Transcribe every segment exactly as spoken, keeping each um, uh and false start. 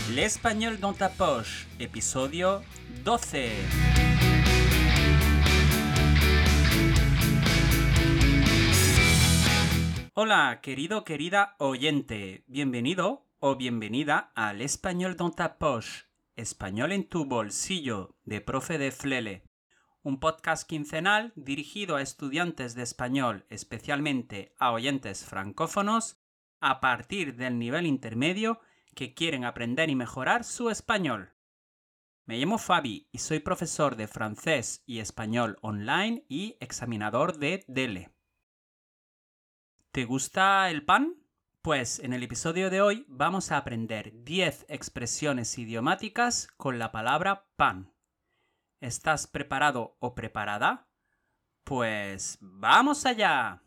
L'Espagnol dans ta poche, episodio doce. Hola, querido, querida oyente. Bienvenido o bienvenida al Español dans ta poche, español en tu bolsillo, de Profe de Flele. Un podcast quincenal dirigido a estudiantes de español, especialmente a oyentes francófonos, a partir del nivel intermedio que quieren aprender y mejorar su español. Me llamo Fabi y soy profesor de francés y español online y examinador de D E L E. ¿Te gusta el pan? Pues en el episodio de hoy vamos a aprender diez expresiones idiomáticas con la palabra pan. ¿Estás preparado o preparada? Pues ¡vamos allá!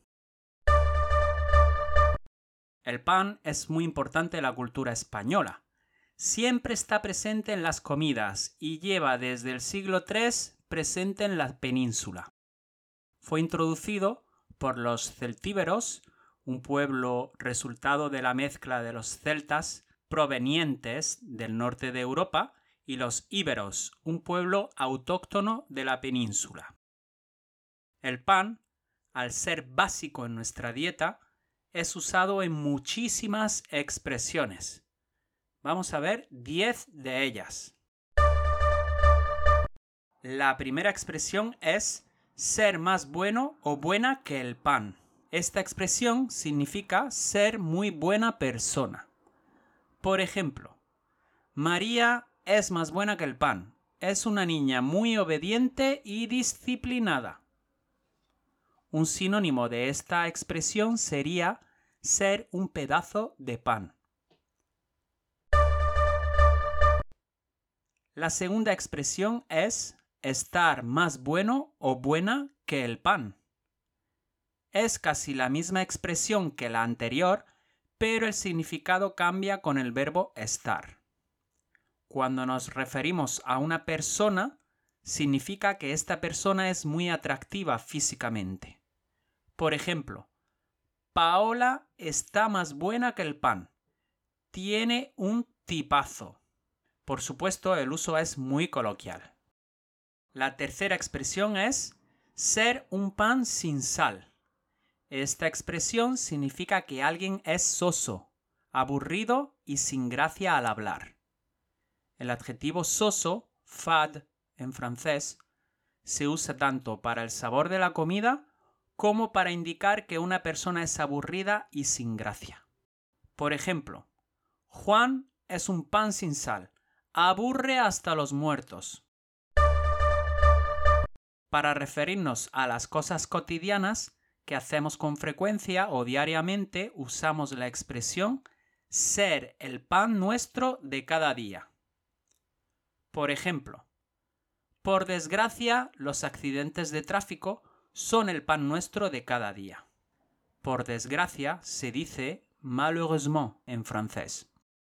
El pan es muy importante en la cultura española. Siempre está presente en las comidas y lleva desde el siglo tercero presente en la península. Fue introducido por los celtíberos, un pueblo resultado de la mezcla de los celtas provenientes del norte de Europa, y los íberos, un pueblo autóctono de la península. El pan, al ser básico en nuestra dieta, es usado en muchísimas expresiones. Vamos a ver diez de ellas. La primera expresión es ser más bueno o buena que el pan. Esta expresión significa ser muy buena persona. Por ejemplo, María es más buena que el pan. Es una niña muy obediente y disciplinada. Un sinónimo de esta expresión sería ser un pedazo de pan. La segunda expresión es estar más bueno o buena que el pan. Es casi la misma expresión que la anterior, pero el significado cambia con el verbo estar. Cuando nos referimos a una persona, significa que esta persona es muy atractiva físicamente. Por ejemplo, Paola está más buena que el pan. Tiene un tipazo. Por supuesto, el uso es muy coloquial. La tercera expresión es ser un pan sin sal. Esta expresión significa que alguien es soso, aburrido y sin gracia al hablar. El adjetivo soso, fade en francés, se usa tanto para el sabor de la comida como para indicar que una persona es aburrida y sin gracia. Por ejemplo, Juan es un pan sin sal, aburre hasta los muertos. Para referirnos a las cosas cotidianas que hacemos con frecuencia o diariamente, usamos la expresión ser el pan nuestro de cada día. Por ejemplo, por desgracia, los accidentes de tráfico son el pan nuestro de cada día. Por desgracia se dice malheureusement en francés.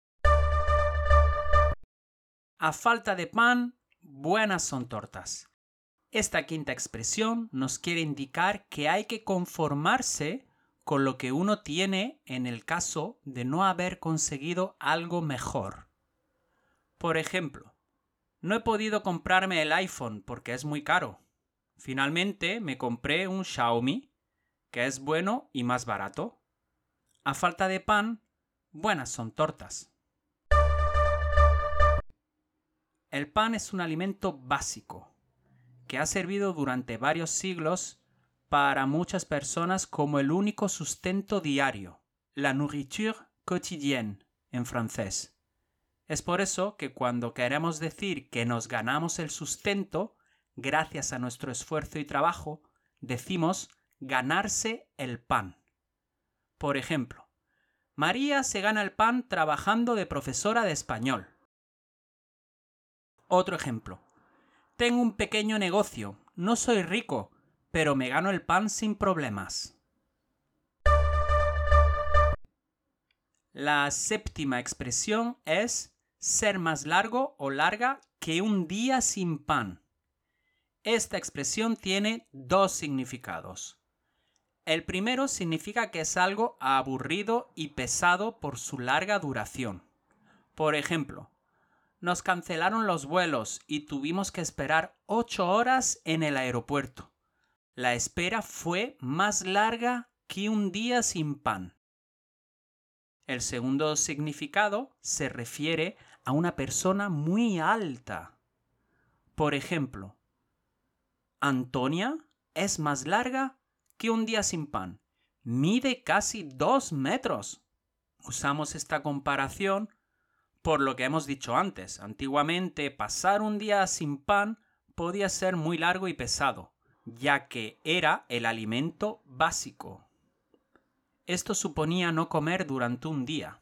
A falta de pan, buenas son tortas. Esta quinta expresión nos quiere indicar que hay que conformarse con lo que uno tiene en el caso de no haber conseguido algo mejor. Por ejemplo, no he podido comprarme el iPhone porque es muy caro. Finalmente me compré un Xiaomi, que es bueno y más barato. A falta de pan, buenas son tortas. El pan es un alimento básico, que ha servido durante varios siglos para muchas personas como el único sustento diario, la nourriture quotidienne en francés. Es por eso que cuando queremos decir que nos ganamos el sustento, gracias a nuestro esfuerzo y trabajo, decimos ganarse el pan. Por ejemplo, María se gana el pan trabajando de profesora de español. Otro ejemplo. Tengo un pequeño negocio, no soy rico, pero me gano el pan sin problemas. La séptima expresión es ser más largo o larga que un día sin pan. Esta expresión tiene dos significados. El primero significa que es algo aburrido y pesado por su larga duración. Por ejemplo, nos cancelaron los vuelos y tuvimos que esperar ocho horas en el aeropuerto. La espera fue más larga que un día sin pan. El segundo significado se refiere a una persona muy alta. Por ejemplo, Antonia es más larga que un día sin pan. Mide casi dos metros. Usamos esta comparación por lo que hemos dicho antes. Antiguamente, pasar un día sin pan podía ser muy largo y pesado, ya que era el alimento básico. Esto suponía no comer durante un día.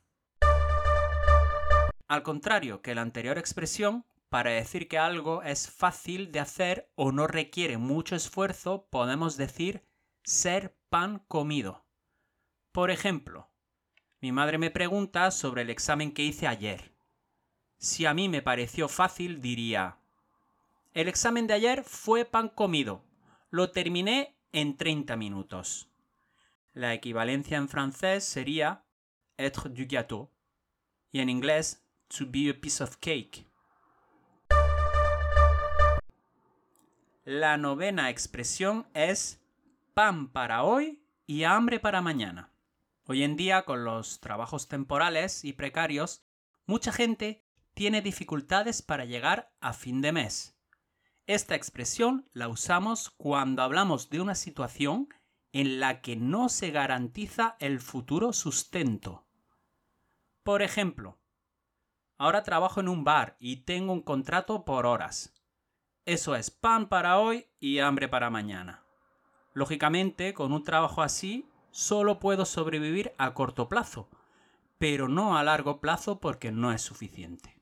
Al contrario que la anterior expresión, para decir que algo es fácil de hacer o no requiere mucho esfuerzo, podemos decir ser pan comido. Por ejemplo, mi madre me pregunta sobre el examen que hice ayer. Si a mí me pareció fácil, diría: el examen de ayer fue pan comido. Lo terminé en treinta minutos. La equivalencia en francés sería être du gâteau y en inglés to be a piece of cake. La novena expresión es pan para hoy y hambre para mañana. Hoy en día, con los trabajos temporales y precarios, mucha gente tiene dificultades para llegar a fin de mes. Esta expresión la usamos cuando hablamos de una situación en la que no se garantiza el futuro sustento. Por ejemplo, ahora trabajo en un bar y tengo un contrato por horas. Eso es pan para hoy y hambre para mañana. Lógicamente, con un trabajo así, solo puedo sobrevivir a corto plazo, pero no a largo plazo porque no es suficiente.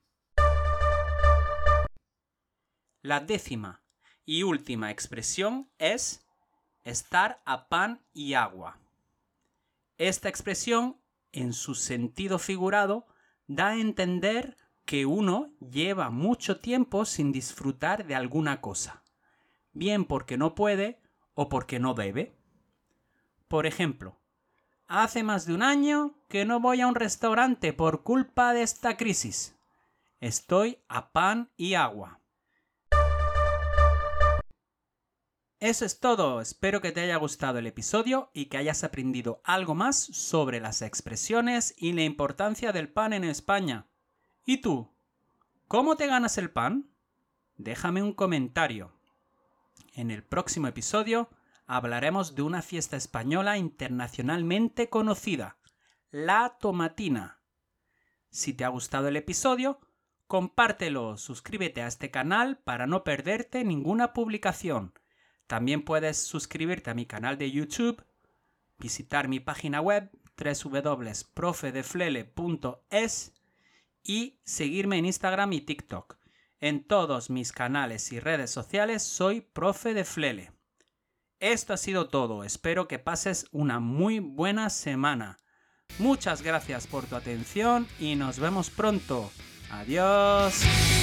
La décima y última expresión es estar a pan y agua. Esta expresión, en su sentido figurado, da a entender que uno lleva mucho tiempo sin disfrutar de alguna cosa, bien porque no puede o porque no debe. Por ejemplo, hace más de un año que no voy a un restaurante por culpa de esta crisis. Estoy a pan y agua. Eso es todo. Espero que te haya gustado el episodio y que hayas aprendido algo más sobre las expresiones y la importancia del pan en España. ¿Y tú? ¿Cómo te ganas el pan? Déjame un comentario. En el próximo episodio hablaremos de una fiesta española internacionalmente conocida, la tomatina. Si te ha gustado el episodio, compártelo, suscríbete a este canal para no perderte ninguna publicación. También puedes suscribirte a mi canal de YouTube, visitar mi página web doble u doble u doble u punto profe de flele punto es y seguirme en Instagram y TikTok. En todos mis canales y redes sociales soy Profe de Flele. Esto ha sido todo. Espero que pases una muy buena semana. Muchas gracias por tu atención y nos vemos pronto. Adiós.